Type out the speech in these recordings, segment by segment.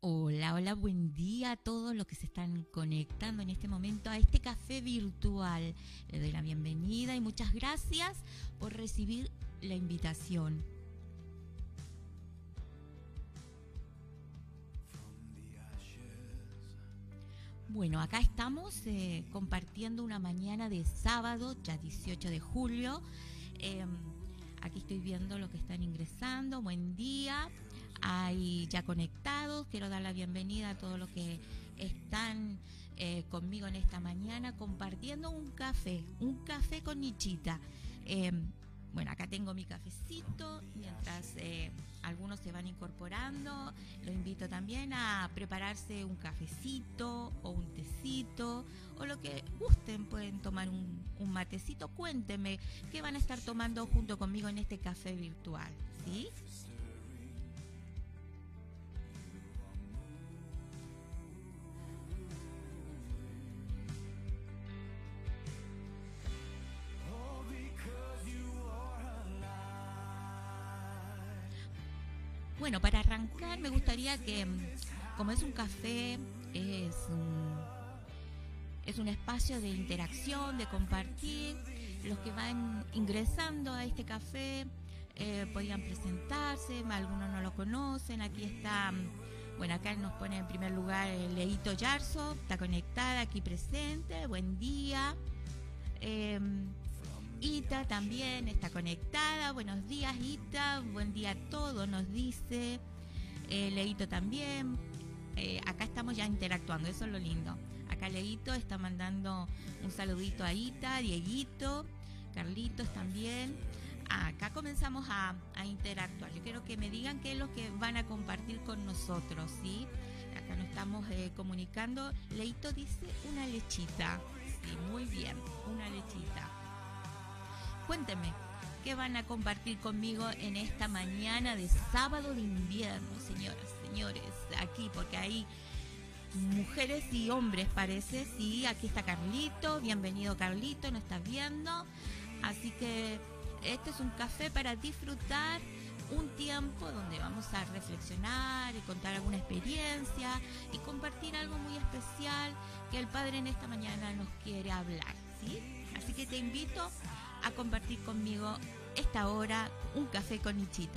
Hola, hola, buen día a todos los que se están conectando en este momento a este café virtual. Les doy la bienvenida y muchas gracias por recibir la invitación. Bueno, acá estamos compartiendo una mañana de sábado, ya 18 de julio. Eh, Aquí estoy viendo los que están ingresando. Buen día. Hay ya conectados. Quiero dar la bienvenida a todos los que están conmigo en esta mañana compartiendo un café con Nichita. Eh, bueno, acá tengo mi cafecito mientras algunos se van incorporando. Lo invito también a prepararse un cafecito o un tecito o lo que gusten. Pueden tomar un matecito. Cuéntenme qué van a estar tomando junto conmigo en este café virtual, ¿sí? Bueno, para arrancar me gustaría que, como es un café, es un, es un espacio de interacción, de compartir. Los que van ingresando a este café podrían presentarse, algunos no lo conocen. Aquí está, bueno, acá nos pone en primer lugar Leito Yarzo, está conectada, aquí presente, buen día. Eh, Ita también está conectada. Buenos días, Ita. Buen día a todos, nos dice. Leito también. Acá estamos ya interactuando, eso es lo lindo. Acá Leito está mandando un saludito a Ita, Dieguito, Carlitos también. Acá comenzamos a interactuar. Yo quiero que me digan qué es lo que van a compartir con nosotros, ¿sí? Acá nos estamos comunicando. Leito dice una lechita. Sí, muy bien, una lechita. Cuéntenme, ¿qué van a compartir conmigo en esta mañana de sábado de invierno, señoras, señores? Aquí, porque hay mujeres y hombres, parece. Sí, aquí está Carlito. Bienvenido, Carlito, nos estás viendo. Así que este es un café para disfrutar un tiempo donde vamos a reflexionar y contar alguna experiencia y compartir algo muy especial que el Padre en esta mañana nos quiere hablar, ¿sí? Así que te invito a compartir conmigo esta hora un café con Nichita.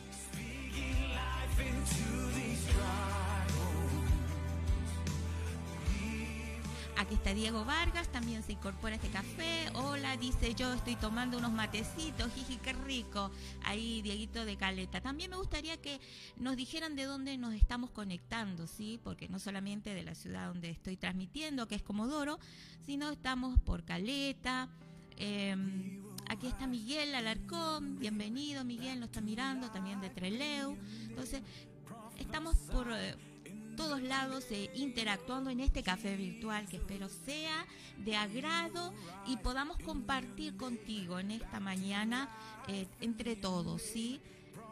Aquí está Diego Vargas, también se incorpora a este café. Hola, dice, yo estoy tomando unos matecitos, jiji, qué rico. Ahí, Dieguito de Caleta. También me gustaría que nos dijeran de dónde nos estamos conectando, ¿sí? Porque no solamente de la ciudad donde estoy transmitiendo, que es Comodoro, sino estamos por Caleta. Aquí está Miguel Alarcón, bienvenido Miguel, nos está mirando, también de Trelew. Entonces, estamos por todos lados interactuando en este café virtual que espero sea de agrado y podamos compartir contigo en esta mañana entre todos, ¿sí?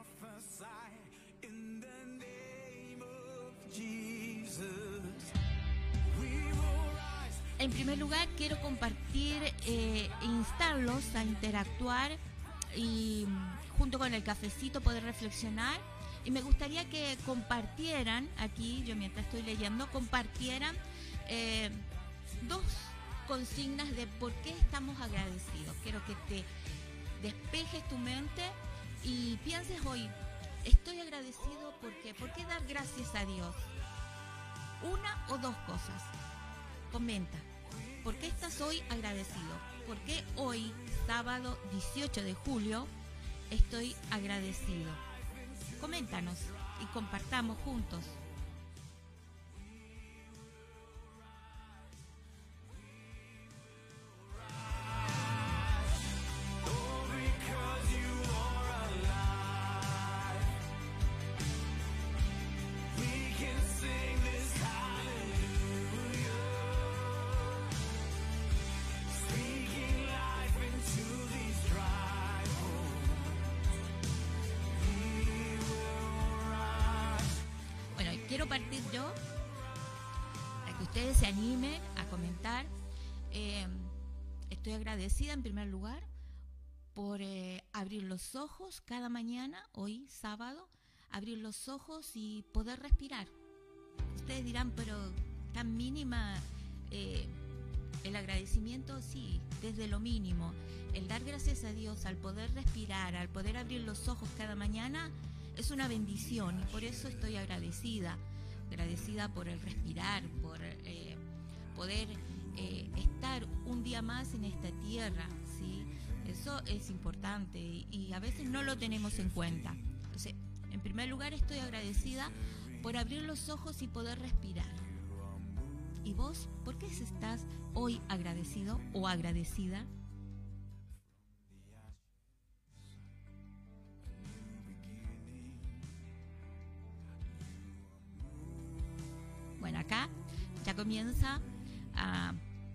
En primer lugar, quiero compartir e instarlos a interactuar y junto con el cafecito poder reflexionar. Y me gustaría que compartieran, aquí yo mientras estoy leyendo, compartieran dos consignas de por qué estamos agradecidos. Quiero que te despejes tu mente y pienses hoy, estoy agradecido porque, ¿por qué dar gracias a Dios? Una o dos cosas. Comenta, ¿por qué estás hoy agradecido? ¿Por qué hoy, sábado 18 de julio, estoy agradecido? Coméntanos y compartamos juntos. Quiero partir yo para que ustedes se animen a comentar. Estoy agradecida en primer lugar por abrir los ojos cada mañana, hoy sábado, abrir los ojos y poder respirar. Ustedes dirán, pero tan mínima, el agradecimiento, sí, desde lo mínimo. El dar gracias a Dios, al poder respirar, al poder abrir los ojos cada mañana, es una bendición, y por eso estoy agradecida por el respirar, por poder estar un día más en esta tierra, ¿sí? Eso es importante y a veces no lo tenemos en cuenta. Entonces, en primer lugar, estoy agradecida por abrir los ojos y poder respirar. ¿Y vos, por qué estás hoy agradecido o agradecida? Bueno, acá ya comienza a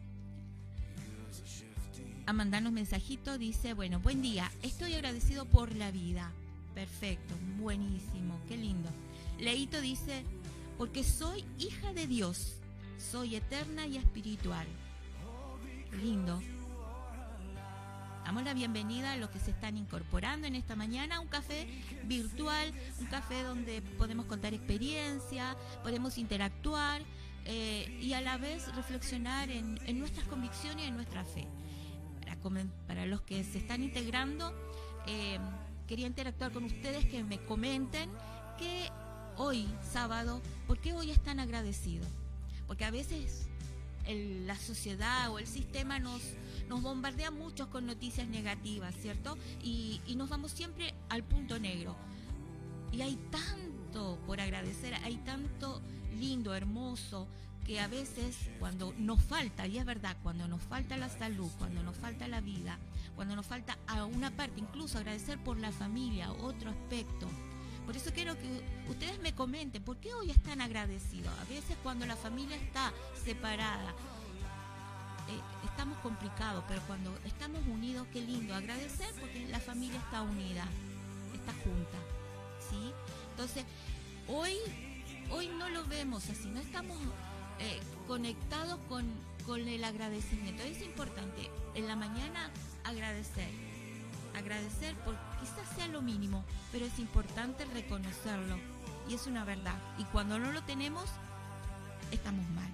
mandarnos mensajitos. Dice, bueno, buen día, estoy agradecido por la vida. Perfecto, buenísimo, qué lindo. Leito dice, porque soy hija de Dios, soy eterna y espiritual. Lindo. Damos la bienvenida a los que se están incorporando en esta mañana a un café virtual, un café donde podemos contar experiencia, podemos interactuar y a la vez reflexionar en nuestras convicciones y en nuestra fe. Para los que se están integrando, quería interactuar con ustedes, que me comenten que hoy, sábado, ¿por qué hoy están agradecidos? Porque a veces la sociedad o el sistema nos bombardea mucho con noticias negativas, ¿cierto? Y nos vamos siempre al punto negro. Y hay tanto por agradecer, hay tanto lindo, hermoso, que a veces cuando nos falta, y es verdad, cuando nos falta la salud, cuando nos falta la vida, cuando nos falta a una parte, incluso agradecer por la familia, otro aspecto. Por eso quiero que ustedes me comenten, ¿por qué hoy están agradecidos? A veces cuando la familia está separada, estamos complicados, pero cuando estamos unidos, qué lindo, agradecer porque la familia está unida, está junta, ¿sí? Entonces, hoy no lo vemos así, no estamos conectados con el agradecimiento. Es importante en la mañana agradecer por quizás sea lo mínimo, pero es importante reconocerlo y es una verdad, y cuando no lo tenemos estamos mal.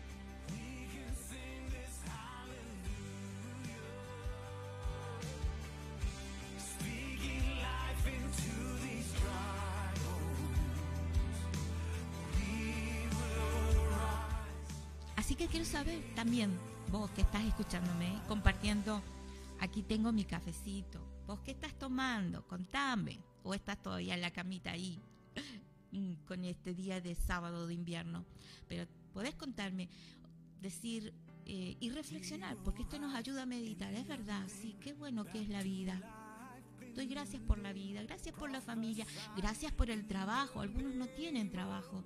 Así que quiero saber también, vos que estás escuchándome, compartiendo, aquí tengo mi cafecito. ¿Vos qué estás tomando? Contame. ¿O estás todavía en la camita ahí con este día de sábado de invierno? Pero podés contarme, decir y reflexionar, porque esto nos ayuda a meditar. Es verdad, sí, qué bueno que es la vida. Doy gracias por la vida, gracias por la familia, gracias por el trabajo. Algunos no tienen trabajo.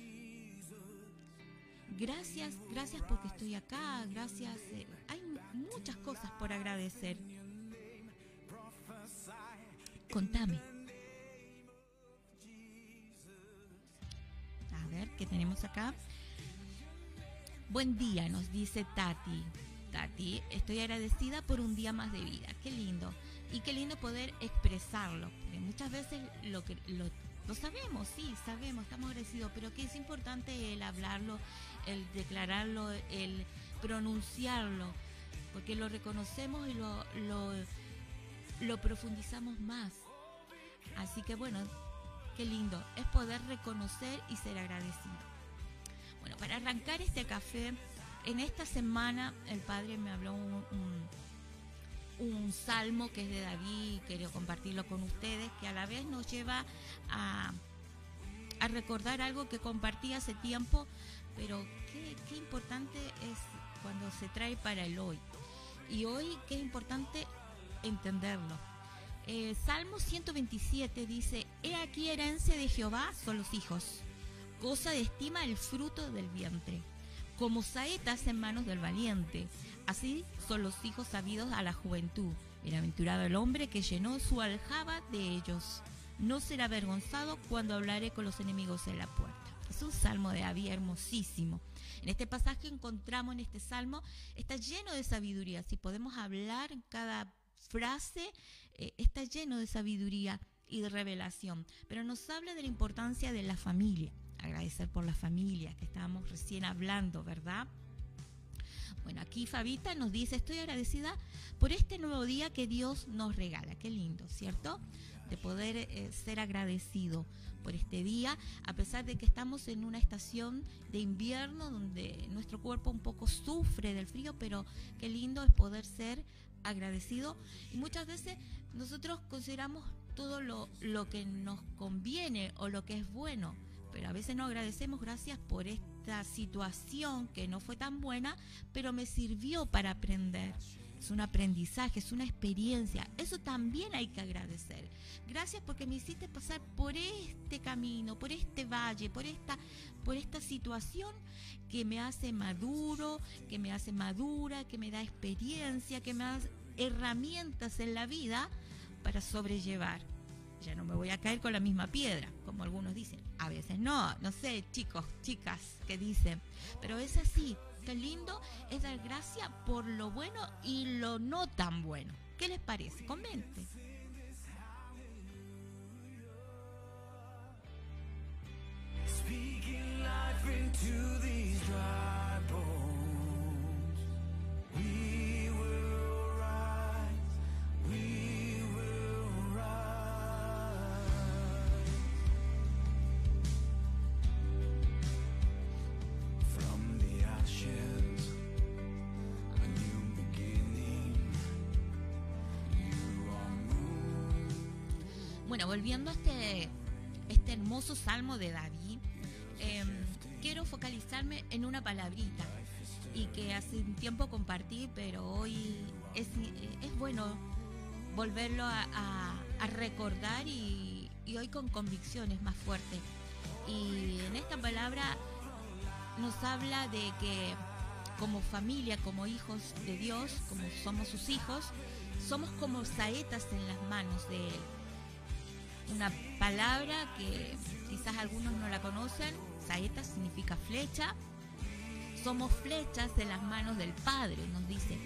Gracias porque estoy acá, gracias. Hay muchas cosas por agradecer. Contame. A ver, ¿qué tenemos acá? Buen día, nos dice Tati. Tati, estoy agradecida por un día más de vida. Qué lindo. Y qué lindo poder expresarlo. Porque muchas veces lo sabemos, sí, sabemos, estamos agradecidos, pero que es importante el hablarlo, el declararlo, el pronunciarlo, porque lo reconocemos y lo profundizamos más. Así que bueno, qué lindo es poder reconocer y ser agradecido. Bueno, para arrancar este café, en esta semana el Padre me habló un salmo que es de David, quiero compartirlo con ustedes, que a la vez nos lleva a recordar algo que compartí hace tiempo, pero qué importante es cuando se trae para el hoy. Y hoy qué importante entenderlo. Salmo 127 dice, he aquí herencia de Jehová son los hijos, cosa de estima el fruto del vientre, como saetas en manos del valiente, así son los hijos sabidos a la juventud. Bienaventurado el hombre que llenó su aljaba de ellos, no será avergonzado cuando hablaré con los enemigos en la puerta. Es un salmo de David hermosísimo. En este pasaje encontramos, en este salmo, está lleno de sabiduría. Si podemos hablar en cada frase, está lleno de sabiduría y de revelación. Pero nos habla de la importancia de la familia. agradecer por la familia que estábamos recién hablando, ¿verdad? Bueno, aquí Fabita nos dice, estoy agradecida por este nuevo día que Dios nos regala. Qué lindo, ¿cierto? De poder ser agradecido por este día, a pesar de que estamos en una estación de invierno donde nuestro cuerpo un poco sufre del frío, pero qué lindo es poder ser agradecido. Y muchas veces nosotros consideramos todo lo que nos conviene o lo que es bueno, pero a veces no agradecemos. Gracias por esta situación que no fue tan buena, pero me sirvió para aprender. Es un aprendizaje, es una experiencia. Eso también hay que agradecer. Gracias porque me hiciste pasar por este camino, por este valle, por esta situación que me hace maduro, que me hace madura, que me da experiencia, que me da herramientas en la vida para sobrellevar. Ya no me voy a caer con la misma piedra, como algunos dicen. A veces no sé, chicos, chicas, que dicen. Pero es así. Qué lindo es dar gracias por lo bueno y lo no tan bueno. ¿Qué les parece? Comente. Speaking life into these dry bones. We will rise. We will rise. From the ashes, a new beginning. You are moved. Bueno, volviendo a este hermoso salmo de David, quiero focalizarme en una palabrita y que hace un tiempo compartí, pero hoy es bueno volverlo a recordar y hoy con convicciones más fuertes. Y en esta palabra nos habla de que como familia, como hijos de Dios, como somos sus hijos, somos como saetas en las manos de Él. Una palabra que quizás algunos no la conocen. Saeta significa flecha. Somos flechas en las manos del Padre, nos dice.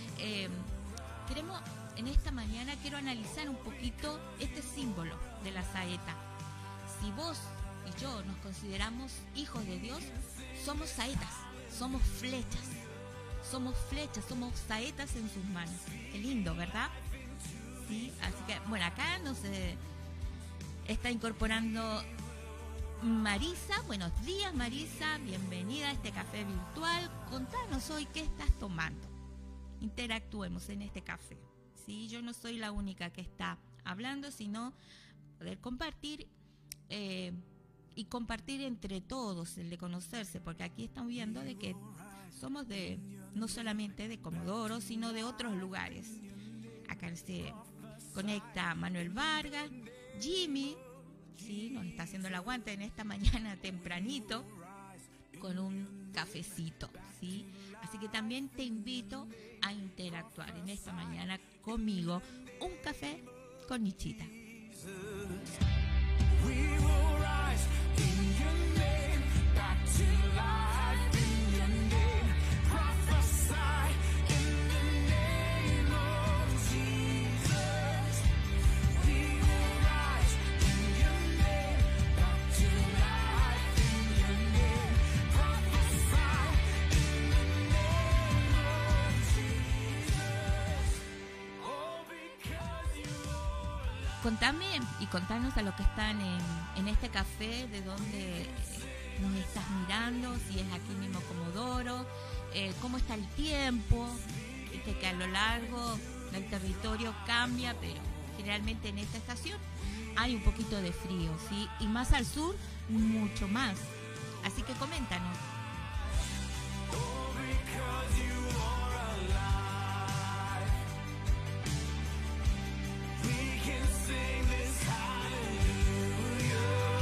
En esta mañana quiero analizar un poquito este símbolo de la saeta. Si vos y yo nos consideramos hijos de Dios, somos saetas, somos flechas. Somos flechas, somos saetas en sus manos. Qué lindo, ¿verdad? Sí, así que, bueno, acá nos está incorporando Marisa. Buenos días, Marisa, bienvenida a este café virtual. Contanos hoy qué estás tomando. Interactuemos en este café. ¿Sí? Yo no soy la única que está hablando, sino poder compartir y compartir entre todos, el de conocerse, porque aquí están viendo de que somos no solamente de Comodoro, sino de otros lugares. Acá se conecta Manuel Vargas, Jimmy, ¿sí? Nos está haciendo el aguante en esta mañana tempranito con un cafecito, ¿sí? Así que también te invito a interactuar en esta mañana conmigo. Un café con Nichita. We will rise in your name, back to life in your name, prophesy in the name of Jesus. We will rise in your name, back to life in your name, prophesy in the name of Jesus. Oh, because you are. Contame y contanos a los que están en este café de dónde nos estás mirando, si es aquí mismo Comodoro, cómo está el tiempo. Viste que a lo largo del territorio cambia, pero generalmente en esta estación hay un poquito de frío, ¿sí? Y más al sur, mucho más. Así que coméntanos. Oh, because you are alive. We can sing this hallelujah.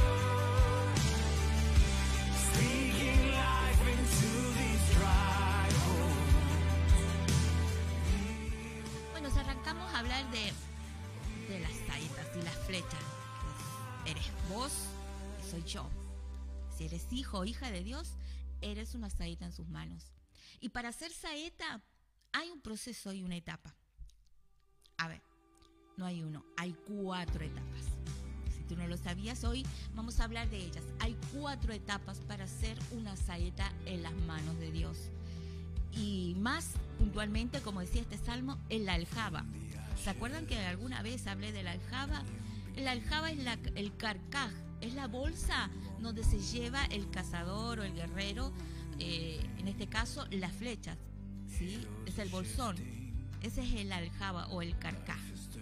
Speaking life into these dry bones. Bueno, si arrancamos a hablar de las saetas y las flechas. Eres vos y soy yo. Si eres hijo o hija de Dios, eres una saeta en sus manos. Y para ser saeta hay un proceso y una etapa. A ver, no hay uno, hay 4 etapas. Si tú no lo sabías, hoy vamos a hablar de ellas. Hay 4 etapas para hacer una saeta en las manos de Dios. Y más puntualmente, como decía este salmo, en la aljaba. ¿Se acuerdan que alguna vez hablé de la aljaba? La aljaba es el carcaj, es la bolsa donde se lleva el cazador o el guerrero, en este caso las flechas, ¿sí? Es el bolsón, ese es el aljaba o el carcaj.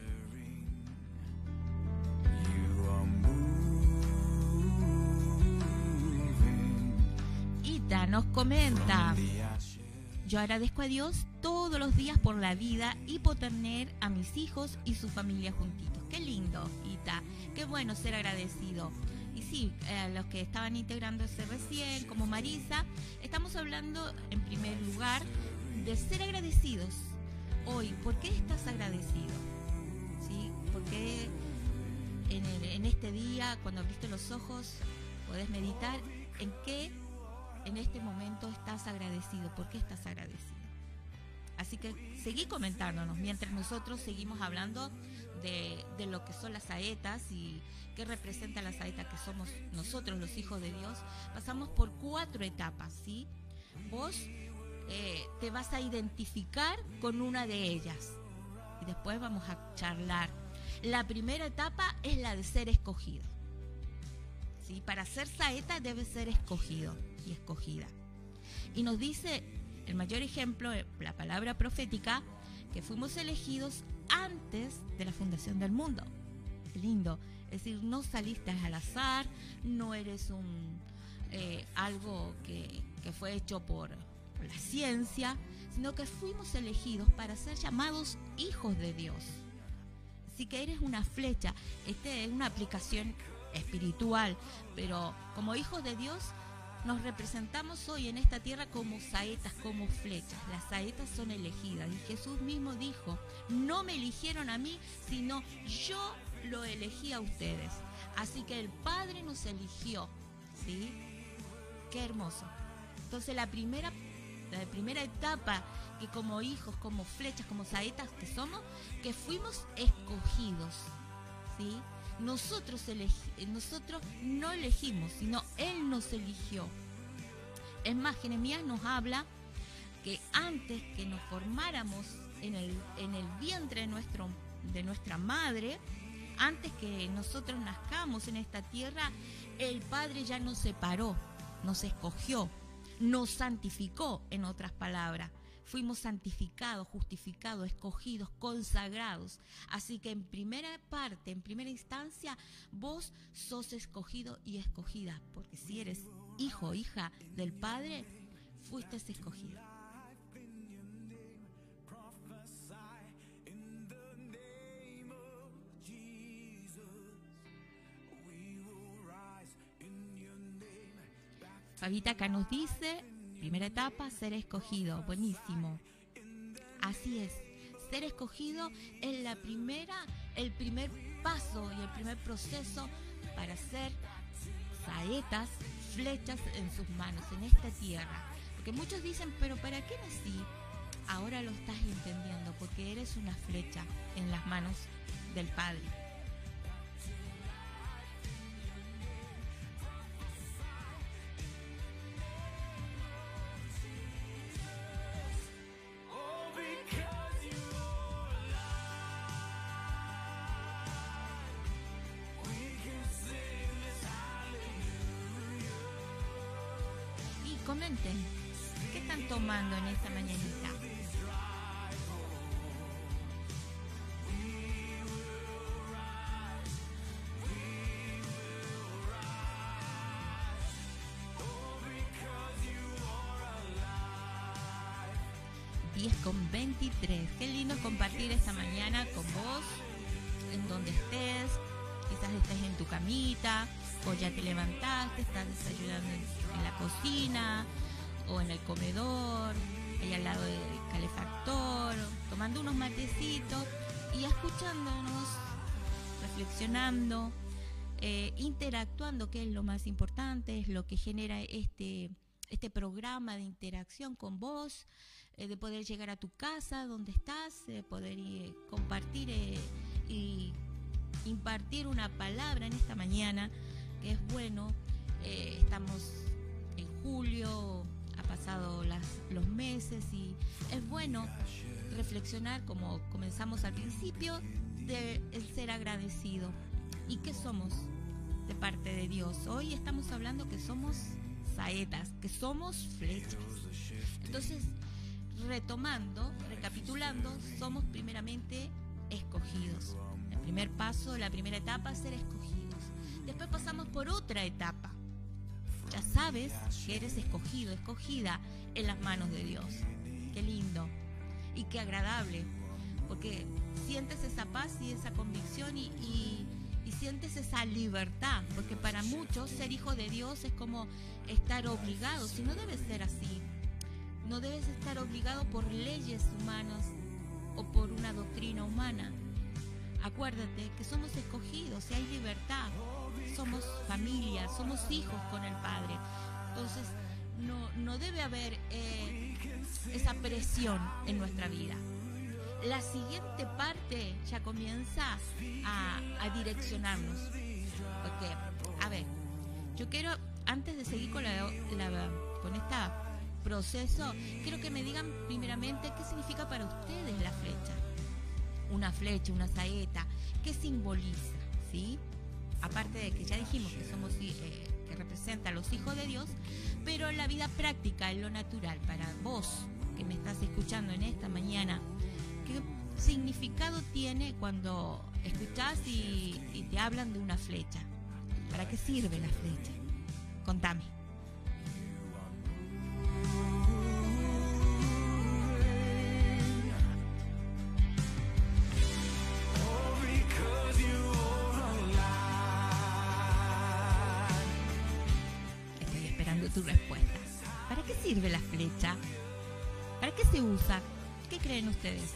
Ita nos comenta: yo agradezco a Dios todos los días por la vida y por tener a mis hijos y su familia juntitos. Qué lindo, Ita, qué bueno ser agradecido. Y sí, los que estaban integrándose recién, como Marisa, estamos hablando en primer lugar de ser agradecidos. Hoy, ¿por qué estás agradecido? ¿Sí? Porque en este día, cuando abriste los ojos, podés meditar en qué en este momento estás agradecido. ¿Por qué estás agradecido? Así que seguí comentándonos mientras nosotros seguimos hablando de lo que son las saetas y qué representa la saeta que somos nosotros, los hijos de Dios. Pasamos por 4 etapas, ¿sí? Vos te vas a identificar con una de ellas y después vamos a charlar. La primera etapa es la de ser escogido, ¿sí? Para ser saeta debe ser escogido y escogida. Y nos dice el mayor ejemplo, la palabra profética, que fuimos elegidos antes de la fundación del mundo. Qué lindo. Es decir, no saliste al azar, no eres algo que fue hecho por la ciencia, sino que fuimos elegidos para ser llamados hijos de Dios. Así que eres una flecha. Esta es una aplicación espiritual, pero como hijos de Dios nos representamos hoy en esta tierra como saetas, como flechas. Las saetas son elegidas. Y Jesús mismo dijo: no me eligieron a mí, sino yo lo elegí a ustedes. Así que el Padre nos eligió, ¿sí? Qué hermoso. Entonces la primera etapa, que como hijos, como flechas, como saetas que somos, que fuimos escogidos, ¿sí? Nosotros no elegimos, sino Él nos eligió. Es más, Jeremías nos habla que antes que nos formáramos en el vientre de nuestra madre, antes que nosotros nazcamos en esta tierra, el Padre ya nos separó, nos escogió, nos santificó, en otras palabras. Fuimos santificados, justificados, escogidos, consagrados. Así que en primera instancia, vos sos escogido y escogida. Porque si eres hijo o hija del Padre, fuiste escogido. Fabita acá nos dice: primera etapa, ser escogido. Buenísimo. Así es. Ser escogido es el primer paso y el primer proceso para ser saetas, flechas en sus manos, en esta tierra. Porque muchos dicen: ¿pero para qué nací? Ahora lo estás entendiendo, porque eres una flecha en las manos del Padre. Comenten, ¿qué están tomando en esta mañanita? con 23. Qué lindo compartir esta mañana con vos, en donde estés. Quizás estés en tu camita, o ya te levantaste, estás desayunando en la cocina, o en el comedor, ahí al lado del calefactor, tomando unos matecitos y escuchándonos, reflexionando, interactuando, que es lo más importante, es lo que genera este programa de interacción con vos, de poder llegar a tu casa, donde estás, poder compartir y impartir una palabra en esta mañana, que es bueno. Estamos en julio, ha pasado los meses y es bueno reflexionar, como comenzamos al principio, de el ser agradecido. ¿Y qué somos de parte de Dios? Hoy estamos hablando que somos saetas, que somos flechas. Entonces, retomando, recapitulando, somos primeramente escogidos. El primer paso, la primera etapa es ser escogidos. Después pasamos por otra etapa. Ya sabes que eres escogido, escogida en las manos de Dios. Qué lindo y qué agradable, porque sientes esa paz y esa convicción y sientes esa libertad, porque para muchos ser hijo de Dios es como estar obligados, y no debe ser así. No debes estar obligado por leyes humanas o por una doctrina humana. Acuérdate que somos escogidos y hay libertad. Somos familia, somos hijos con el Padre. Entonces, no debe haber esa presión en nuestra vida. La siguiente parte ya comienza a direccionarnos. Porque, a ver, yo quiero, antes de seguir con este proceso, quiero que me digan primeramente qué significa para ustedes la flecha. Una flecha, una saeta, ¿qué simboliza? ¿Sí? Aparte de que ya dijimos que somos que representa a los hijos de Dios, pero en la vida práctica, en lo natural, para vos que me estás escuchando en esta mañana, ¿qué significado tiene cuando escuchás y te hablan de una flecha? ¿Para qué sirve la flecha? Contame. Estoy esperando tu respuesta. ¿Para qué sirve la flecha? ¿Para qué se usa? ¿Qué creen ustedes?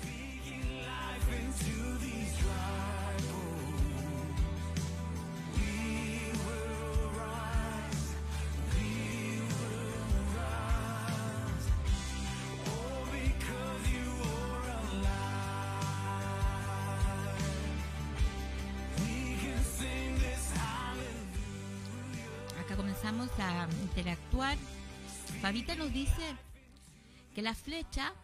Acá comenzamos a interactuar. Fabita nos dice que la flecha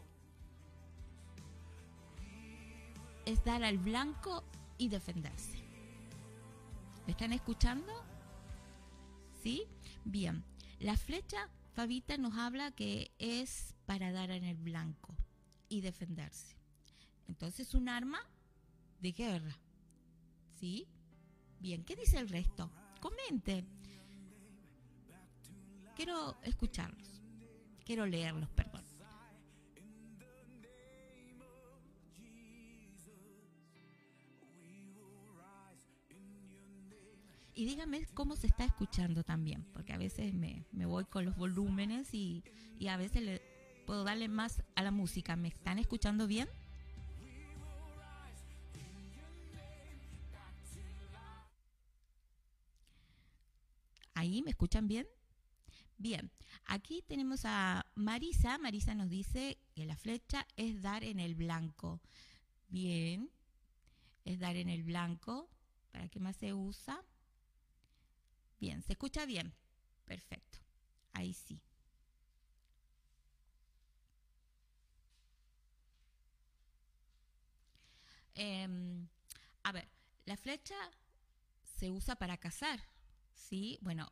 es dar al blanco y defenderse. ¿Me están escuchando? ¿Sí? Bien. La flecha, Fabita nos habla que es para dar en el blanco y defenderse. Entonces, un arma de guerra. ¿Sí? Bien. ¿Qué dice el resto? Comente. Quiero escucharlos. Quiero leerlos, perdón. Y díganme cómo se está escuchando también, porque a veces me voy con los volúmenes y a veces puedo darle más a la música. ¿Me están escuchando bien? ¿Ahí me escuchan bien? Bien, aquí tenemos a Marisa. Marisa nos dice que la flecha es dar en el blanco. Bien, es dar en el blanco. ¿Para qué más se usa? Bien, ¿se escucha bien? Perfecto, ahí sí. A ver, la flecha se usa para cazar, ¿sí? Bueno,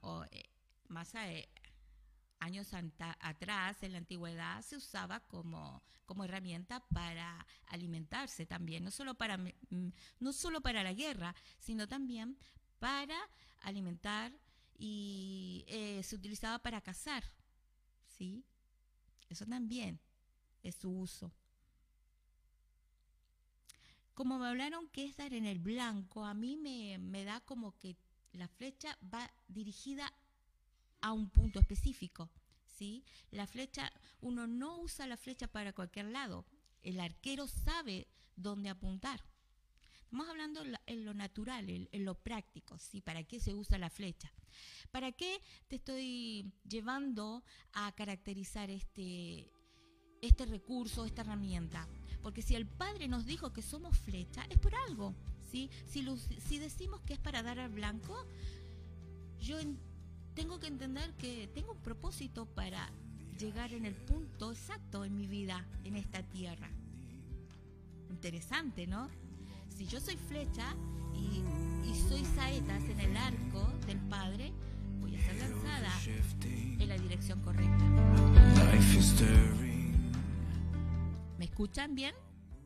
años atrás, en la antigüedad, se usaba como herramienta para alimentarse también, no solo para la guerra, sino también para alimentar, y se utilizaba para cazar, ¿sí? Eso también es su uso. Como me hablaron que es dar en el blanco, a mí me da como que la flecha va dirigida a un punto específico, ¿sí? La flecha, uno no usa la flecha para cualquier lado. El arquero sabe dónde apuntar. Estamos hablando en lo natural, en lo práctico, ¿sí? ¿Para qué se usa la flecha? ¿Para qué te estoy llevando a caracterizar este recurso, esta herramienta? Porque si el Padre nos dijo que somos flecha, es por algo, ¿sí? Si decimos que es para dar al blanco, yo tengo que entender que tengo un propósito para llegar en el punto exacto en mi vida, en esta tierra. Interesante, ¿no? Si yo soy flecha y soy saetas en el arco del Padre, voy a ser lanzada en la dirección correcta. Life is stirring. ¿Me escuchan bien?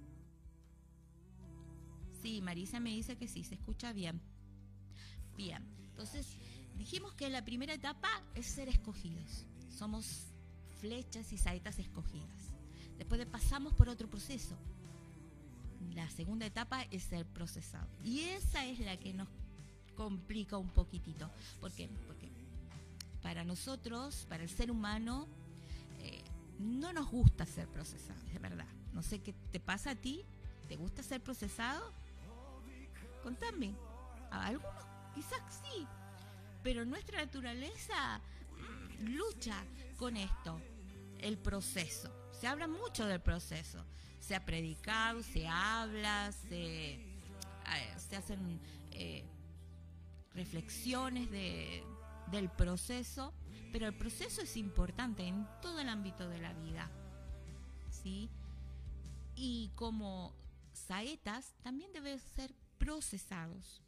Sí, Marisa me dice que sí, se escucha bien. Bien, entonces dijimos que la primera etapa es ser escogidos. Somos flechas y saetas escogidas. Después pasamos por otro proceso. La segunda etapa es ser procesado. Y esa es la que nos complica un poquitito. ¿Por qué? Porque para nosotros, para el ser humano, no nos gusta ser procesado, de verdad. No sé qué te pasa a ti. ¿Te gusta ser procesado? Contame. A algunos quizás sí, pero nuestra naturaleza lucha con esto, el proceso. Se habla mucho del proceso. Se ha predicado, se habla, se hacen reflexiones del proceso, pero el proceso es importante en todo el ámbito de la vida, ¿sí? Y como saetas también deben ser procesados.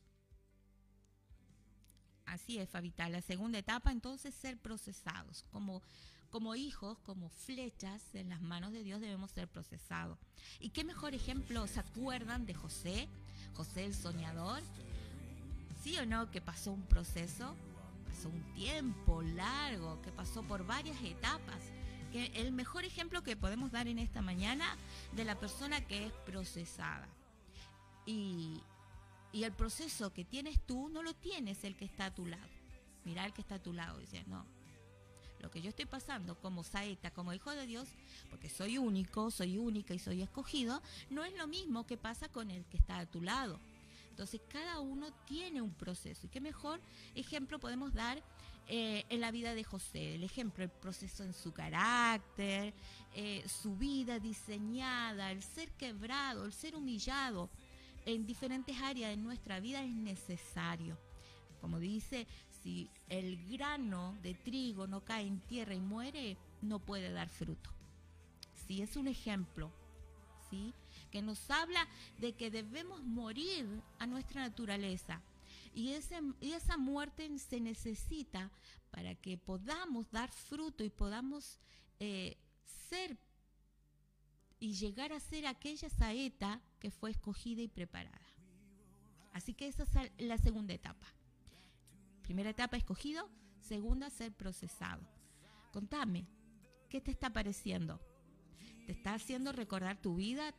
Así es, Fabita. La segunda etapa, entonces, ser procesados. Como hijos, como flechas en las manos de Dios debemos ser procesados. ¿Y qué mejor ejemplo? ¿Se acuerdan de José? José el soñador. ¿Sí o no? Que pasó un proceso, pasó un tiempo largo, que pasó por varias etapas. Que el mejor ejemplo que podemos dar en esta mañana de la persona que es procesada. Y el proceso que tienes tú no lo tienes el que está a tu lado. Mirá el que está a tu lado y dice, no, lo que yo estoy pasando como saeta, como hijo de Dios, porque soy único, soy única y soy escogido, no es lo mismo que pasa con el que está a tu lado. Entonces cada uno tiene un proceso. ¿Y qué mejor ejemplo podemos dar en la vida de José? El ejemplo, el proceso en su carácter, su vida diseñada, el ser quebrado, el ser humillado en diferentes áreas de nuestra vida es necesario. Como dice, si el grano de trigo no cae en tierra y muere, no puede dar fruto. Sí, es un ejemplo, ¿sí? Que nos habla de que debemos morir a nuestra naturaleza. Y esa muerte se necesita para que podamos dar fruto y podamos ser y llegar a ser aquella saeta que fue escogida y preparada. Así que esa es la segunda etapa. Primera etapa, escogido. Segunda, ser procesado. Contame, ¿qué te está pareciendo? ¿Te está haciendo recordar tu vida?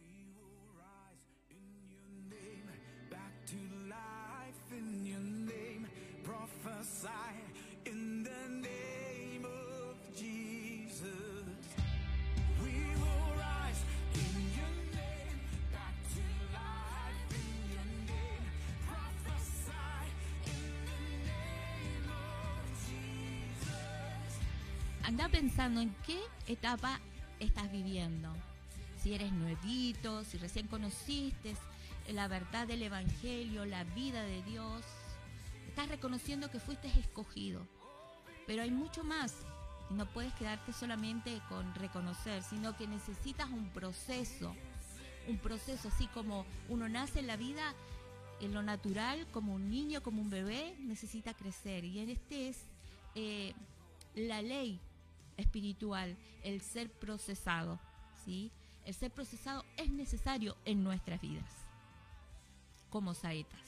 Back to life in your name. Prophesy in the name of Jesus. We will rise in your name. Back to life in your name. Prophesy in the name of Jesus. Anda pensando en qué etapa estás viviendo. Si eres nuevito, si recién conociste la verdad del Evangelio, la vida de Dios, estás reconociendo que fuiste escogido. Pero hay mucho más. Y no puedes quedarte solamente con reconocer, sino que necesitas un proceso así como uno nace en la vida, en lo natural, como un niño, como un bebé, necesita crecer. Y en este es la ley espiritual, el ser procesado, ¿sí? El ser procesado es necesario en nuestras vidas, como saetas.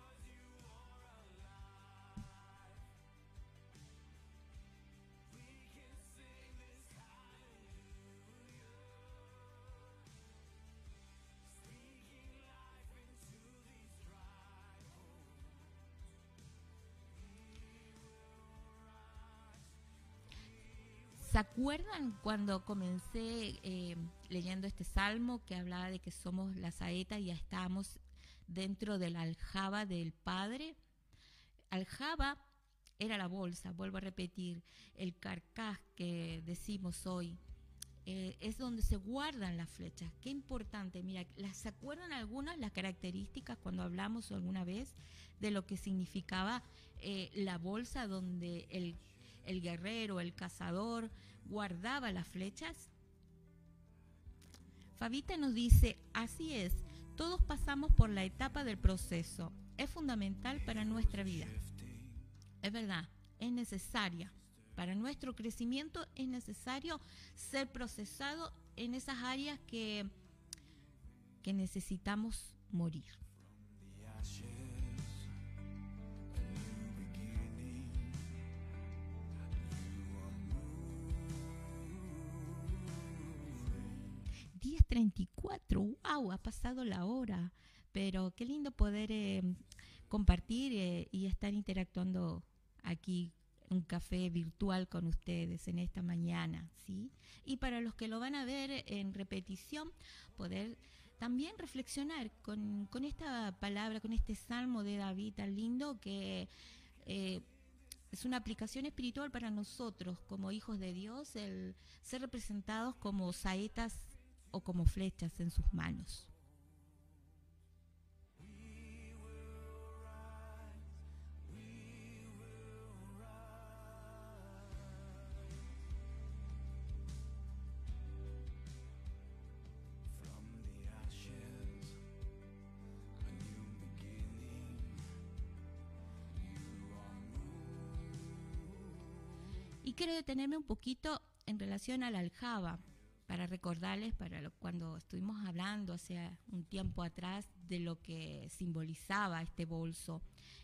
¿Se acuerdan cuando comencé leyendo este salmo que hablaba de que somos la saeta y ya estábamos dentro de la aljaba del Padre? Aljaba era la bolsa, vuelvo a repetir, el carcaj que decimos hoy, es donde se guardan las flechas. Qué importante. Mira, ¿se acuerdan algunas las características cuando hablamos alguna vez de lo que significaba la bolsa donde el guerrero, el cazador, guardaba las flechas? Fabita nos dice, así es, todos pasamos por la etapa del proceso. Es fundamental para nuestra vida. Es verdad, es necesaria. Para nuestro crecimiento es necesario ser procesado en esas áreas que necesitamos morir. 10:34, wow, ha pasado la hora, pero qué lindo poder compartir y estar interactuando aquí un café virtual con ustedes en esta mañana, ¿sí? Y para los que lo van a ver en repetición, poder también reflexionar con esta palabra, con este salmo de David tan lindo que es una aplicación espiritual para nosotros como hijos de Dios, el ser representados como saetas o como flechas en sus manos. Y quiero detenerme un poquito en relación a la aljaba, para recordarles, cuando estuvimos hablando hace un tiempo atrás de lo que simbolizaba este bolso.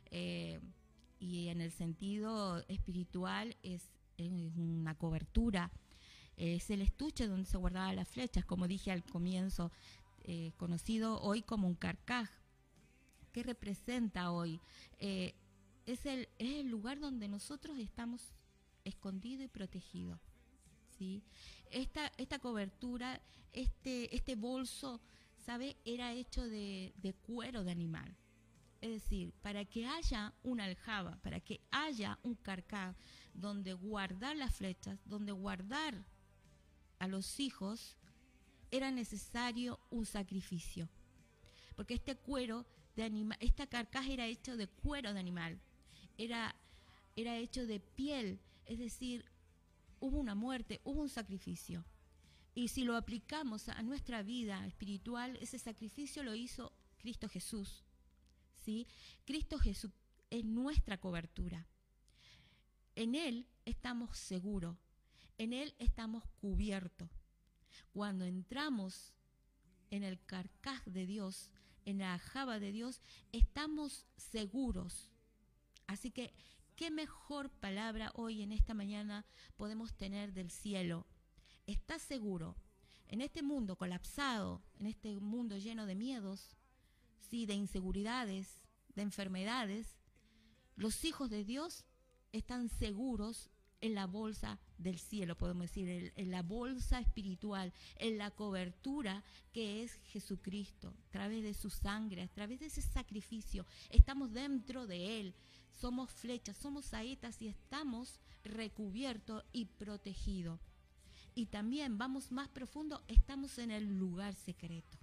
Y en el sentido espiritual es una cobertura, es el estuche donde se guardaban las flechas, como dije al comienzo, conocido hoy como un carcaj. ¿Qué representa hoy? Es el lugar donde nosotros estamos escondido y protegido, ¿sí? Esta cobertura, este bolso, ¿sabe? Era hecho de cuero de animal. Es decir, para que haya una aljaba, para que haya un carcaj donde guardar las flechas, donde guardar a los hijos, era necesario un sacrificio. Porque este cuero de animal, esta carcaj era hecho de cuero de animal, era hecho de piel. Es decir, hubo una muerte, hubo un sacrificio. Y si lo aplicamos a nuestra vida espiritual, ese sacrificio lo hizo Cristo Jesús, ¿sí? Cristo Jesús es nuestra cobertura. En Él estamos seguros, en Él estamos cubiertos. Cuando entramos en el carcaj de Dios, en la aljaba de Dios, estamos seguros. Así que qué mejor palabra hoy en esta mañana podemos tener del cielo. ¿Estás seguro? En este mundo colapsado, en este mundo lleno de miedos, sí, de inseguridades, de enfermedades, los hijos de Dios están seguros en la bolsa del cielo, podemos decir, en la bolsa espiritual, en la cobertura que es Jesucristo, a través de su sangre, a través de ese sacrificio. Estamos dentro de Él. Somos flechas, somos saetas y estamos recubiertos y protegidos. Y también, vamos más profundo, estamos en el lugar secreto.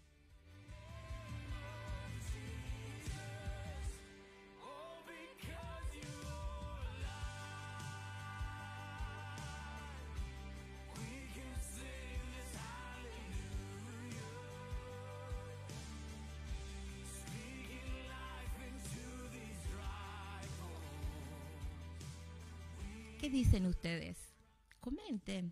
¿Qué dicen ustedes? Comenten.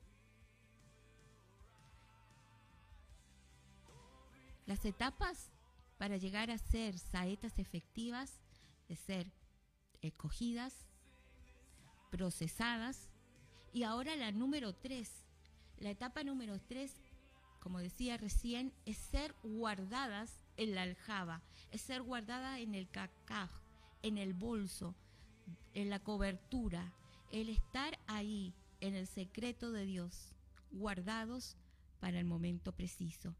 Las etapas para llegar a ser saetas efectivas, de ser escogidas, procesadas, y ahora la número 3. La etapa número 3, como decía recién, es ser guardadas en la aljaba, es ser guardadas en el carcaj, en el bolso, en la cobertura, el estar ahí en el secreto de Dios, guardados para el momento preciso.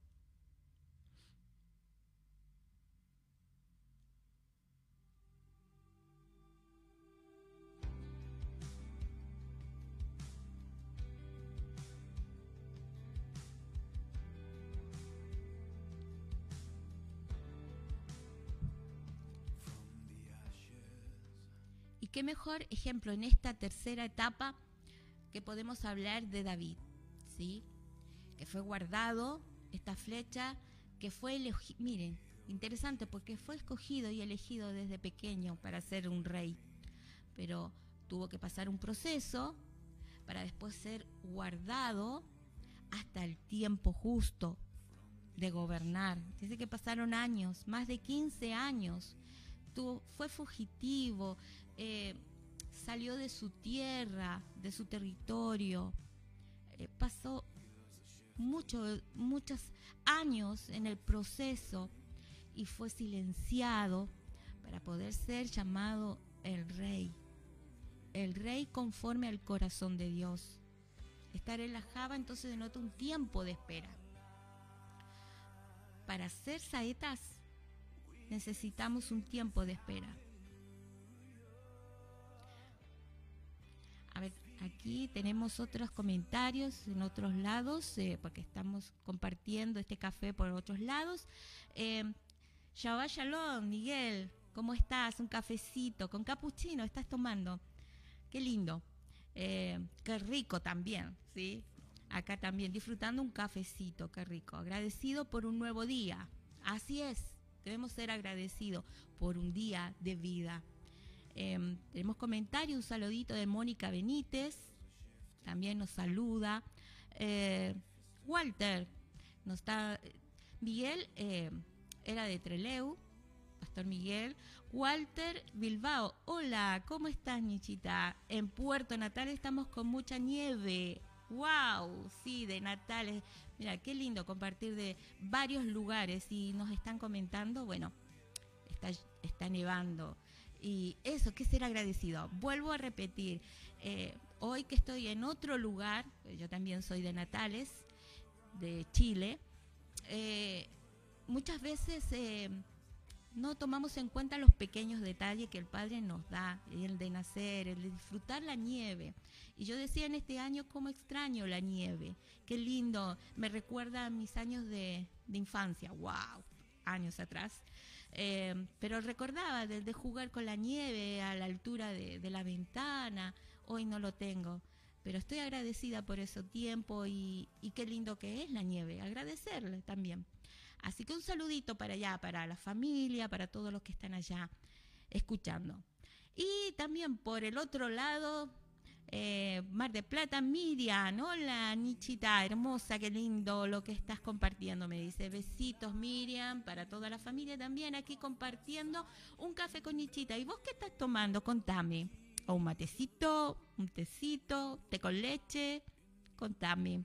qué mejor ejemplo en esta tercera etapa que podemos hablar de David, ¿sí? Que fue guardado, esta flecha, que fue elegido, miren, interesante, porque fue escogido y elegido desde pequeño para ser un rey, pero tuvo que pasar un proceso para después ser guardado hasta el tiempo justo de gobernar. Dice que pasaron años, más de 15 años, fue fugitivo, salió de su tierra, de su territorio, pasó muchos años en el proceso y fue silenciado para poder ser llamado el rey conforme al corazón de Dios. Estar en la Java entonces denota un tiempo de espera. Para ser saetas necesitamos un tiempo de espera. A ver, aquí tenemos otros comentarios en otros lados, porque estamos compartiendo este café por otros lados. Shabbat Shalom, Miguel, ¿cómo estás? Un cafecito con capuchino estás tomando. Qué lindo. Qué rico también, ¿sí? Acá también, disfrutando un cafecito, qué rico. Agradecido por un nuevo día. Así es, debemos ser agradecidos por un día de vida. Tenemos comentarios, un saludito de Mónica Benítez, también nos saluda. Walter, nos está... Miguel era de Trelew, Pastor Miguel. Walter Bilbao, hola, ¿cómo estás, Nichita? En Puerto Natal estamos con mucha nieve. ¡Wow! Sí, de Natal. Mira, qué lindo compartir de varios lugares y nos están comentando, bueno, está nevando. Y eso, que ser agradecido. Vuelvo a repetir, hoy que estoy en otro lugar, yo también soy de Natales, de Chile, muchas veces no tomamos en cuenta los pequeños detalles que el Padre nos da, el de nacer, el de disfrutar la nieve. Y yo decía en este año cómo extraño la nieve, qué lindo, me recuerda a mis años de infancia, wow, años atrás. Pero recordaba de jugar con la nieve a la altura de la ventana. Hoy no lo tengo, pero estoy agradecida por ese tiempo y qué lindo que es la nieve, agradecerle también. Así que un saludito para allá, para la familia, para todos los que están allá escuchando. Y también por el otro lado, Mar de Plata, Miriam, hola Nichita, hermosa, qué lindo lo que estás compartiendo, me dice. Besitos, Miriam, para toda la familia también aquí compartiendo un café con Nichita. ¿Y vos qué estás tomando? Contame. O un matecito, un tecito, té con leche, contame.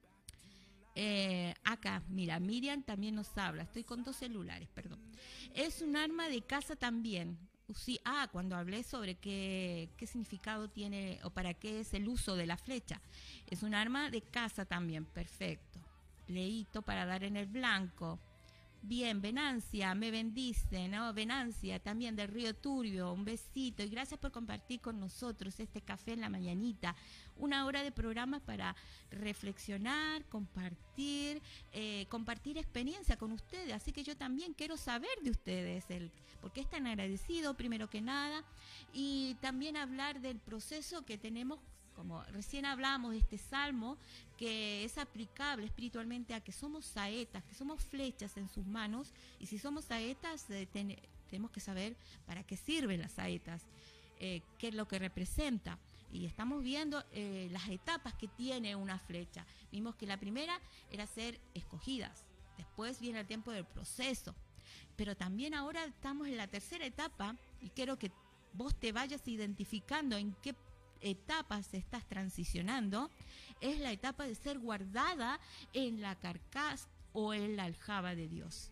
Acá, mira, Miriam también nos habla, estoy con 2 celulares, perdón. Es un arma de caza también. Sí, cuando hablé sobre qué significado tiene o para qué es el uso de la flecha. Es un arma de caza también, perfecto. Leíto para dar en el blanco. Bien, Venancia, me bendice, ¿no? Venancia, también del Río Turbio, un besito y gracias por compartir con nosotros este café en la mañanita. 1 hora de programa para reflexionar, compartir experiencia con ustedes. Así que yo también quiero saber de ustedes, por qué están agradecidos, primero que nada, y también hablar del proceso que tenemos. Como recién hablábamos de este salmo, que es aplicable espiritualmente a que somos saetas, que somos flechas en sus manos, y si somos saetas tenemos que saber para qué sirven las saetas, qué es lo que representa. Y estamos viendo las etapas que tiene una flecha. Vimos que la primera era ser escogidas, después viene el tiempo del proceso, pero también ahora estamos en la tercera etapa y quiero que vos te vayas identificando en qué etapas estás transicionando. Es la etapa de ser guardada en la carcasa o en la aljaba de Dios.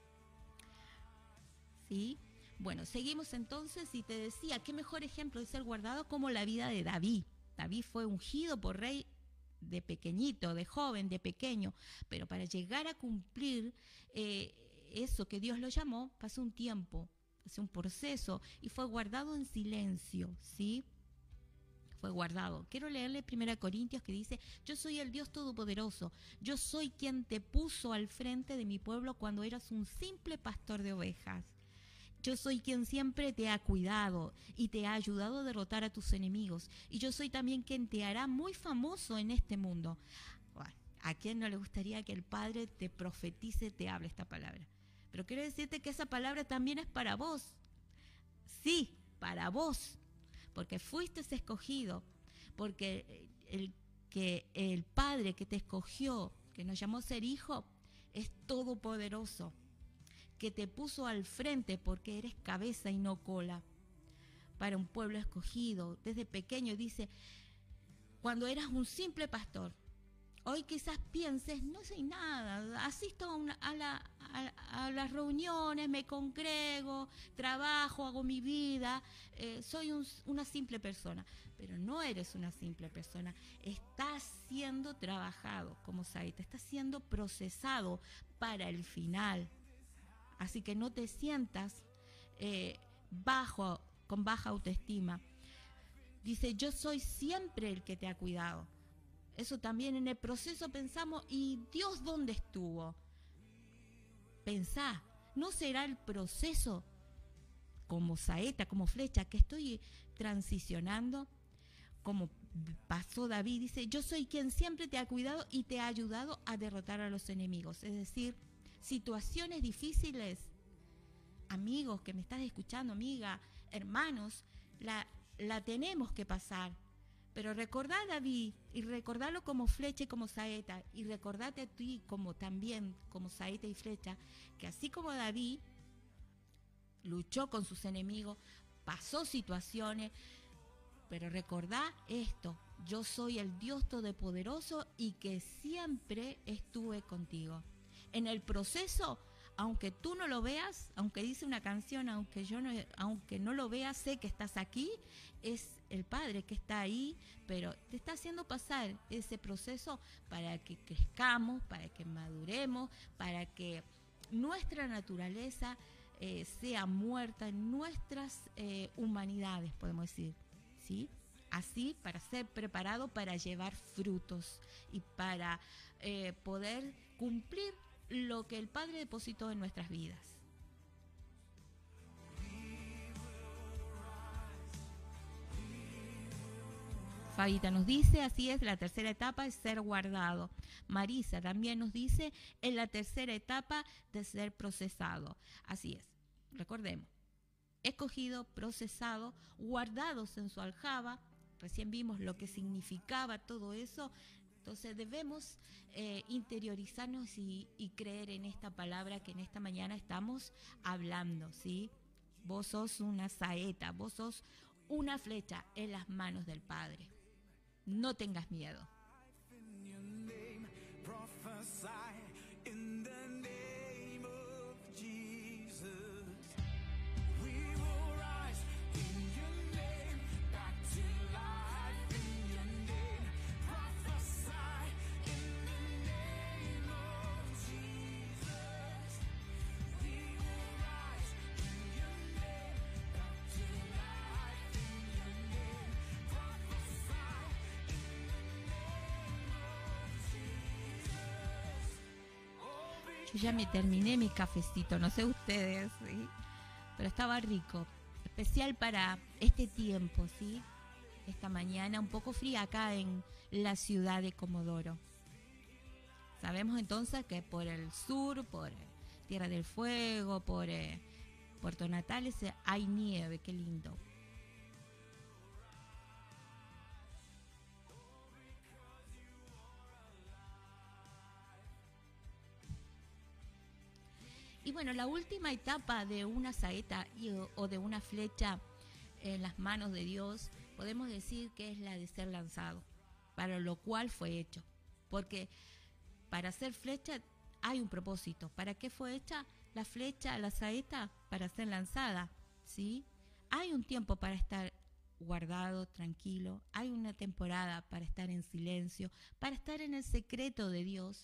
¿Sí? Bueno, seguimos entonces y te decía, qué mejor ejemplo de ser guardado como la vida de David. David fue ungido por rey de pequeñito, de joven, de pequeño, pero para llegar a cumplir eso que Dios lo llamó, pasó un tiempo, pasó un proceso y fue guardado en silencio, ¿sí? Fue guardado. Quiero leerle 1 Corintios que dice, yo soy el Dios Todopoderoso, yo soy quien te puso al frente de mi pueblo cuando eras un simple pastor de ovejas. Yo soy quien siempre te ha cuidado y te ha ayudado a derrotar a tus enemigos. Y yo soy también quien te hará muy famoso en este mundo. Bueno, ¿a quién no le gustaría que el Padre te profetice, te hable esta palabra? Pero quiero decirte que esa palabra también es para vos. Sí, para vos. Porque fuiste escogido. Porque el Padre que te escogió, que nos llamó a ser hijo, es todopoderoso, que te puso al frente porque eres cabeza y no cola, para un pueblo escogido. Desde pequeño dice, cuando eras un simple pastor, hoy quizás pienses, no soy nada, asisto a las reuniones, me congrego, trabajo, hago mi vida, soy una simple persona. Pero no eres una simple persona, estás siendo trabajado como saeta, estás siendo procesado para el final. Así que no te sientas con baja autoestima. Dice, yo soy siempre el que te ha cuidado. Eso también en el proceso pensamos, ¿y Dios dónde estuvo? Pensá, ¿no será el proceso como saeta, como flecha, que estoy transicionando? Como pasó David, dice, yo soy quien siempre te ha cuidado y te ha ayudado a derrotar a los enemigos. Es decir, situaciones difíciles, amigos que me estás escuchando, amiga, hermanos, la tenemos que pasar. Pero recordá a David y recordalo como flecha y como saeta, y recordate a ti como también como saeta y flecha, que así como David luchó con sus enemigos, pasó situaciones, pero recordá esto, yo soy el Dios Todopoderoso y que siempre estuve contigo. En el proceso, aunque tú no lo veas, aunque dice una canción, aunque no lo veas, sé que estás aquí, es el Padre que está ahí, pero te está haciendo pasar ese proceso para que crezcamos, para que maduremos, para que nuestra naturaleza sea muerta en nuestras humanidades, podemos decir, ¿sí? Así, para ser preparado para llevar frutos y para poder cumplir lo que el Padre depositó en nuestras vidas. Fabita nos dice, así es, la tercera etapa es ser guardado. Marisa también nos dice, en la tercera etapa de ser procesado. Así es, recordemos, escogido, procesado, guardados en su aljaba. Recién vimos lo que significaba todo eso. Entonces debemos interiorizarnos y creer en esta palabra que en esta mañana estamos hablando, ¿sí? Vos sos una saeta, vos sos una flecha en las manos del Padre. No tengas miedo. Yo ya me terminé mi cafecito, no sé ustedes, ¿sí? Pero estaba rico, especial para este tiempo, ¿sí? Esta mañana un poco fría acá en la ciudad de Comodoro. Sabemos entonces que por el sur, por Tierra del Fuego, por Puerto Natales hay nieve, qué lindo. Y bueno, la última etapa de una saeta o de una flecha en las manos de Dios, podemos decir que es la de ser lanzado, para lo cual fue hecho. Porque para ser flecha hay un propósito. ¿Para qué fue hecha la flecha, la saeta? Para ser lanzada, ¿sí? Hay un tiempo para estar guardado, tranquilo. Hay una temporada para estar en silencio, para estar en el secreto de Dios,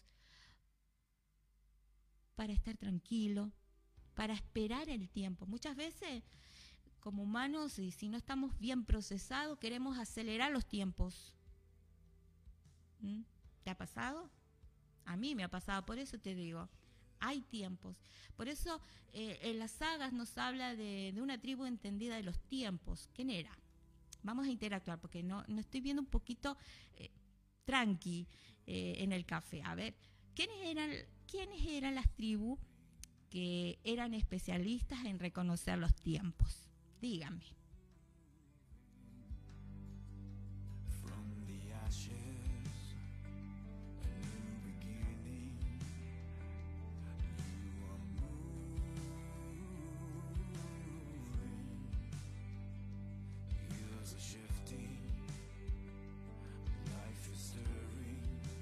para estar tranquilo, para esperar el tiempo. Muchas veces, como humanos, y si no estamos bien procesados, queremos acelerar los tiempos. ¿Te ha pasado? A mí me ha pasado, por eso te digo, Hay tiempos. Por eso en las sagas nos habla de una tribu entendida de los tiempos. ¿Quién era? Vamos a interactuar porque no estoy viendo un poquito tranqui en el café. A ver, ¿quiénes eran las tribus que eran especialistas en reconocer los tiempos? Díganme. From the ashes, a new beginning. You are moving. Years are shifting. Life is stirring.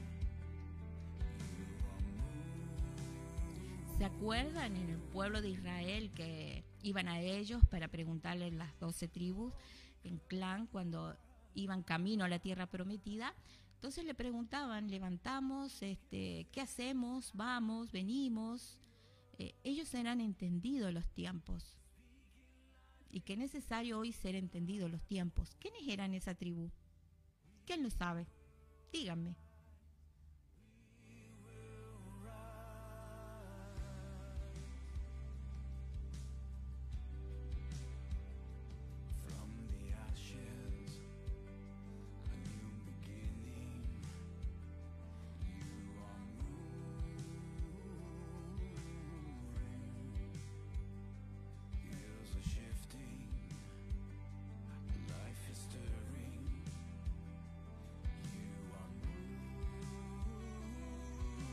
You are moving. ¿Se acuerdan en el pueblo de Israel que iban a ellos para preguntarles las 12 tribus en clan cuando iban camino a la tierra prometida? Entonces le preguntaban, levantamos, ¿qué hacemos? Vamos, venimos. Ellos eran entendidos los tiempos. Y que es necesario hoy ser entendidos los tiempos. ¿Quiénes eran esa tribu? ¿Quién lo sabe? Díganme. From the ashes, a new beginning. You are moving. Years are shifting. Life is stirring. You are moving.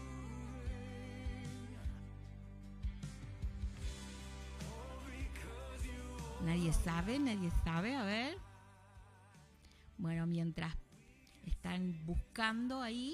Oh, because you Nadie sabe, a ver. Bueno, mientras están buscando ahí,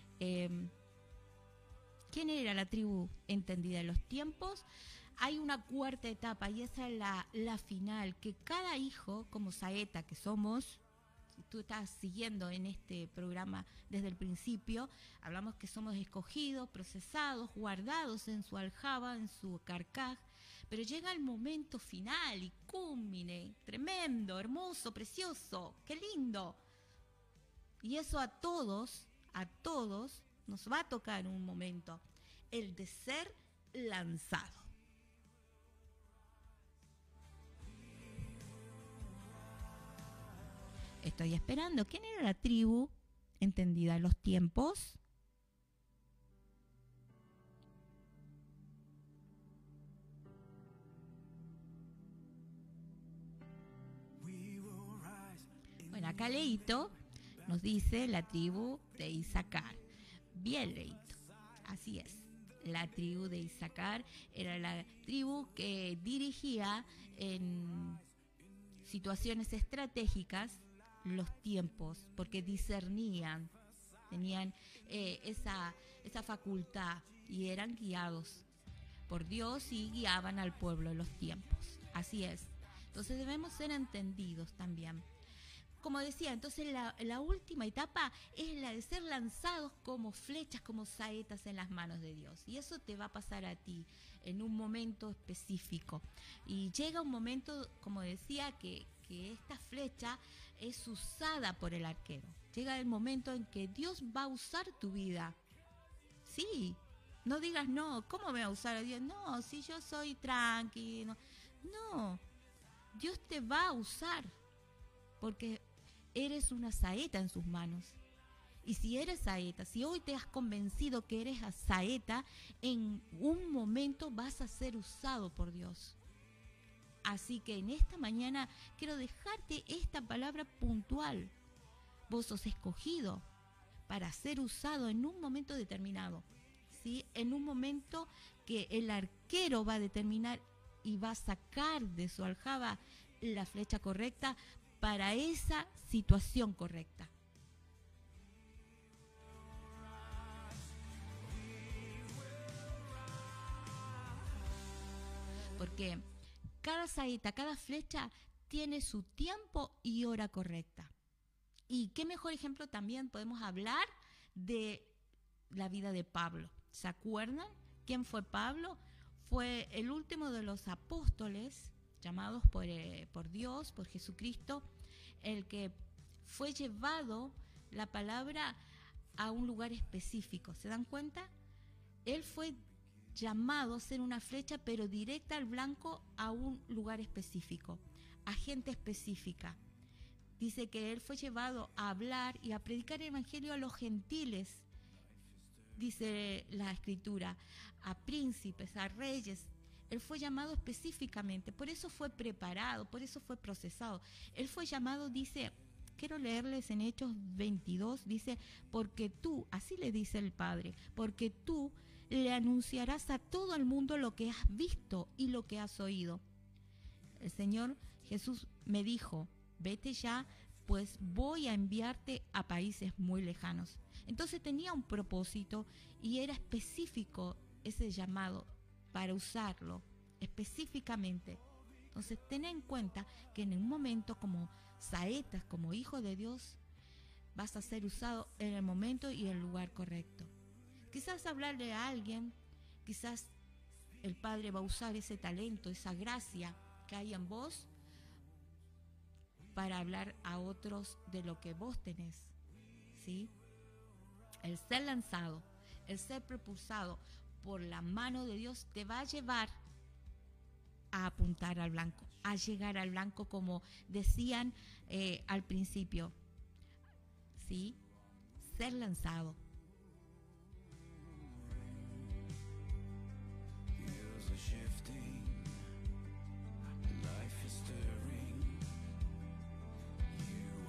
¿quién era la tribu entendida en los tiempos? Hay una cuarta etapa y esa es la final, que cada hijo, como saeta que somos, si tú estás siguiendo en este programa desde el principio, hablamos que somos escogidos, procesados, guardados en su aljaba, en su carcaj, pero llega el momento final y cúmine, tremendo, hermoso, precioso, qué lindo. Y eso a todos nos va a tocar en un momento, el de ser lanzado. Estoy esperando. ¿Quién era la tribu entendida en los tiempos? Bueno, acá Leito nos dice la tribu de Isaacar. Bien, Leito. Así es. La tribu de Isaacar era la tribu que dirigía en situaciones estratégicas los tiempos, porque discernían, tenían esa facultad y eran guiados por Dios y guiaban al pueblo en los tiempos. Así es. Entonces debemos ser entendidos también. Como decía, entonces la última etapa es la de ser lanzados como flechas, como saetas en las manos de Dios. Y eso te va a pasar a ti en un momento específico. Y llega un momento, como decía, que esta flecha es usada por el arquero. Llega el momento en que Dios va a usar tu vida. Sí, no digas no, ¿cómo me va a usar a Dios? No, si yo soy tranquilo. No, Dios te va a usar porque eres una saeta en sus manos. Y si eres saeta, si hoy te has convencido que eres saeta, en un momento vas a ser usado por Dios. Así que en esta mañana quiero dejarte esta palabra puntual. Vos sos escogido para ser usado en un momento determinado, ¿sí? En un momento que el arquero va a determinar y va a sacar de su aljaba la flecha correcta para esa situación correcta. Porque cada saeta, cada flecha tiene su tiempo y hora correcta. Y qué mejor ejemplo también podemos hablar de la vida de Pablo. ¿Se acuerdan quién fue Pablo? Fue el último de los apóstoles llamados por Dios, por Jesucristo, el que fue llevado la palabra a un lugar específico. ¿Se dan cuenta? Él fue llamado a ser una flecha, pero directa al blanco, a un lugar específico, a gente específica. Dice que él fue llevado a hablar y a predicar el evangelio a los gentiles, dice la escritura, a príncipes, a reyes. Él fue llamado específicamente, por eso fue preparado, por eso fue procesado. Él fue llamado, dice, quiero leerles en Hechos 22, dice, porque tú, así le dice el Padre, porque tú le anunciarás a todo el mundo lo que has visto y lo que has oído. El Señor Jesús me dijo, vete ya, pues voy a enviarte a países muy lejanos. Entonces tenía un propósito y era específico ese llamado para usarlo específicamente. Entonces ten en cuenta que en un momento como saetas, como hijo de Dios, vas a ser usado en el momento y el lugar correcto. Quizás hablarle a alguien, quizás el Padre va a usar ese talento, esa gracia que hay en vos para hablar a otros de lo que vos tenés, ¿sí? El ser lanzado, el ser propulsado por la mano de Dios te va a llevar a apuntar al blanco, a llegar al blanco, como decían al principio, ¿sí? Ser lanzado. Wheels are shifting, life is stirring. You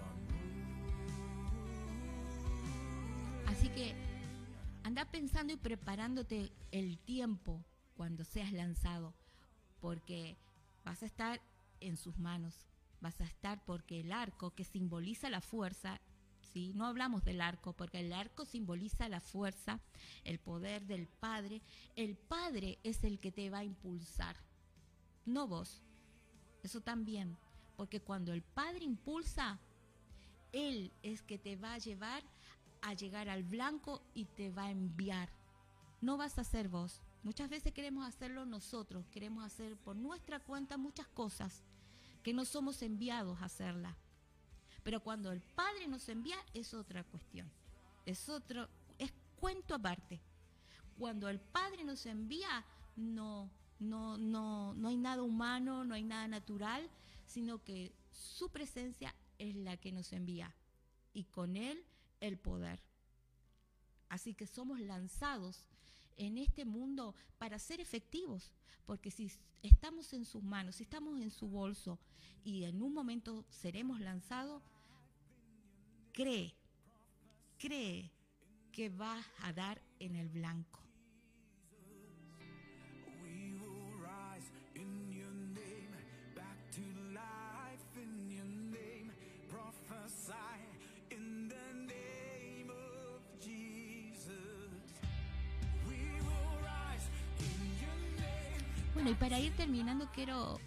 are Así que anda pensando y preparándote el tiempo cuando seas lanzado, porque vas a estar en sus manos, vas a estar, porque el arco, que simboliza la fuerza, ¿sí? No hablamos del arco, porque el arco simboliza la fuerza, el poder del Padre. El Padre es el que te va a impulsar, no vos. Eso también, porque cuando el Padre impulsa, Él es que te va a llevar a llegar al blanco y te va a enviar. No vas a ser vos. Muchas veces queremos hacerlo nosotros, queremos hacer por nuestra cuenta muchas cosas que no somos enviados a hacerlas. Pero cuando el Padre nos envía es otra cuestión, es cuento aparte. Cuando el Padre nos envía no hay nada humano, no hay nada natural, sino que su presencia es la que nos envía y con Él el poder. Así que somos lanzados en este mundo para ser efectivos, porque si estamos en sus manos, si estamos en su bolso y en un momento seremos lanzados, cree que vas a dar en el blanco. We will rise in your name, back to life in your name, prophesy in the name of Jesus. We will rise in your name. Bueno, y para ir terminando quiero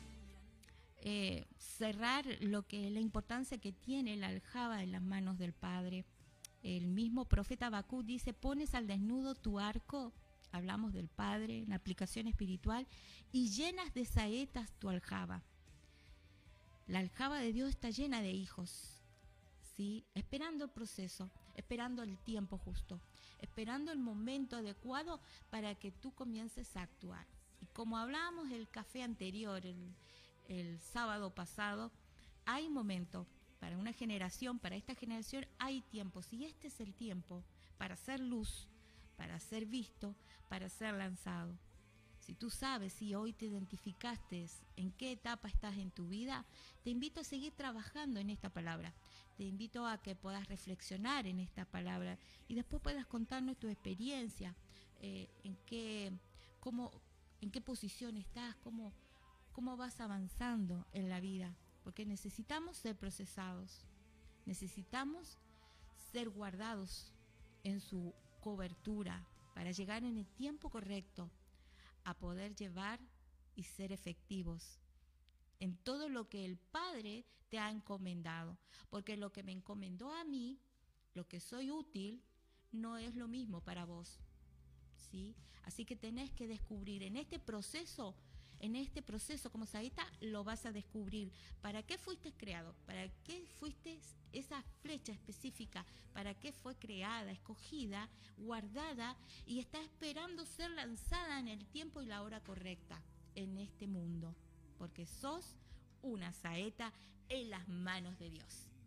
cerrar lo que la importancia que tiene la aljaba en las manos del Padre. El mismo profeta Habacuc dice, pones al desnudo tu arco, hablamos del Padre en la aplicación espiritual, y llenas de saetas tu aljaba. La aljaba de Dios está llena de hijos, ¿sí? Esperando el proceso, esperando el tiempo justo, esperando el momento adecuado para que tú comiences a actuar. Y como hablábamos el café anterior, el sábado pasado, hay momento para una generación, para esta generación hay tiempos, y este es el tiempo para ser luz, para ser visto, para ser lanzado. Si tú sabes, si hoy te identificaste en qué etapa estás en tu vida, te invito a seguir trabajando en esta palabra. Te invito a que puedas reflexionar en esta palabra y después puedas contarnos tu experiencia, en qué posición estás, cómo vas avanzando en la vida. Porque necesitamos ser procesados, necesitamos ser guardados en su cobertura para llegar en el tiempo correcto a poder llevar y ser efectivos en todo lo que el Padre te ha encomendado. Porque lo que me encomendó a mí, lo que soy útil, no es lo mismo para vos, ¿sí? Así que tenés que descubrir en este proceso como saeta, lo vas a descubrir. ¿Para qué fuiste creado? ¿Para qué fuiste esa flecha específica? ¿Para qué fue creado? creada, escogida, guardada y está esperando ser lanzada en el tiempo y la hora correcta en este mundo, porque sos una saeta en las manos de Dios.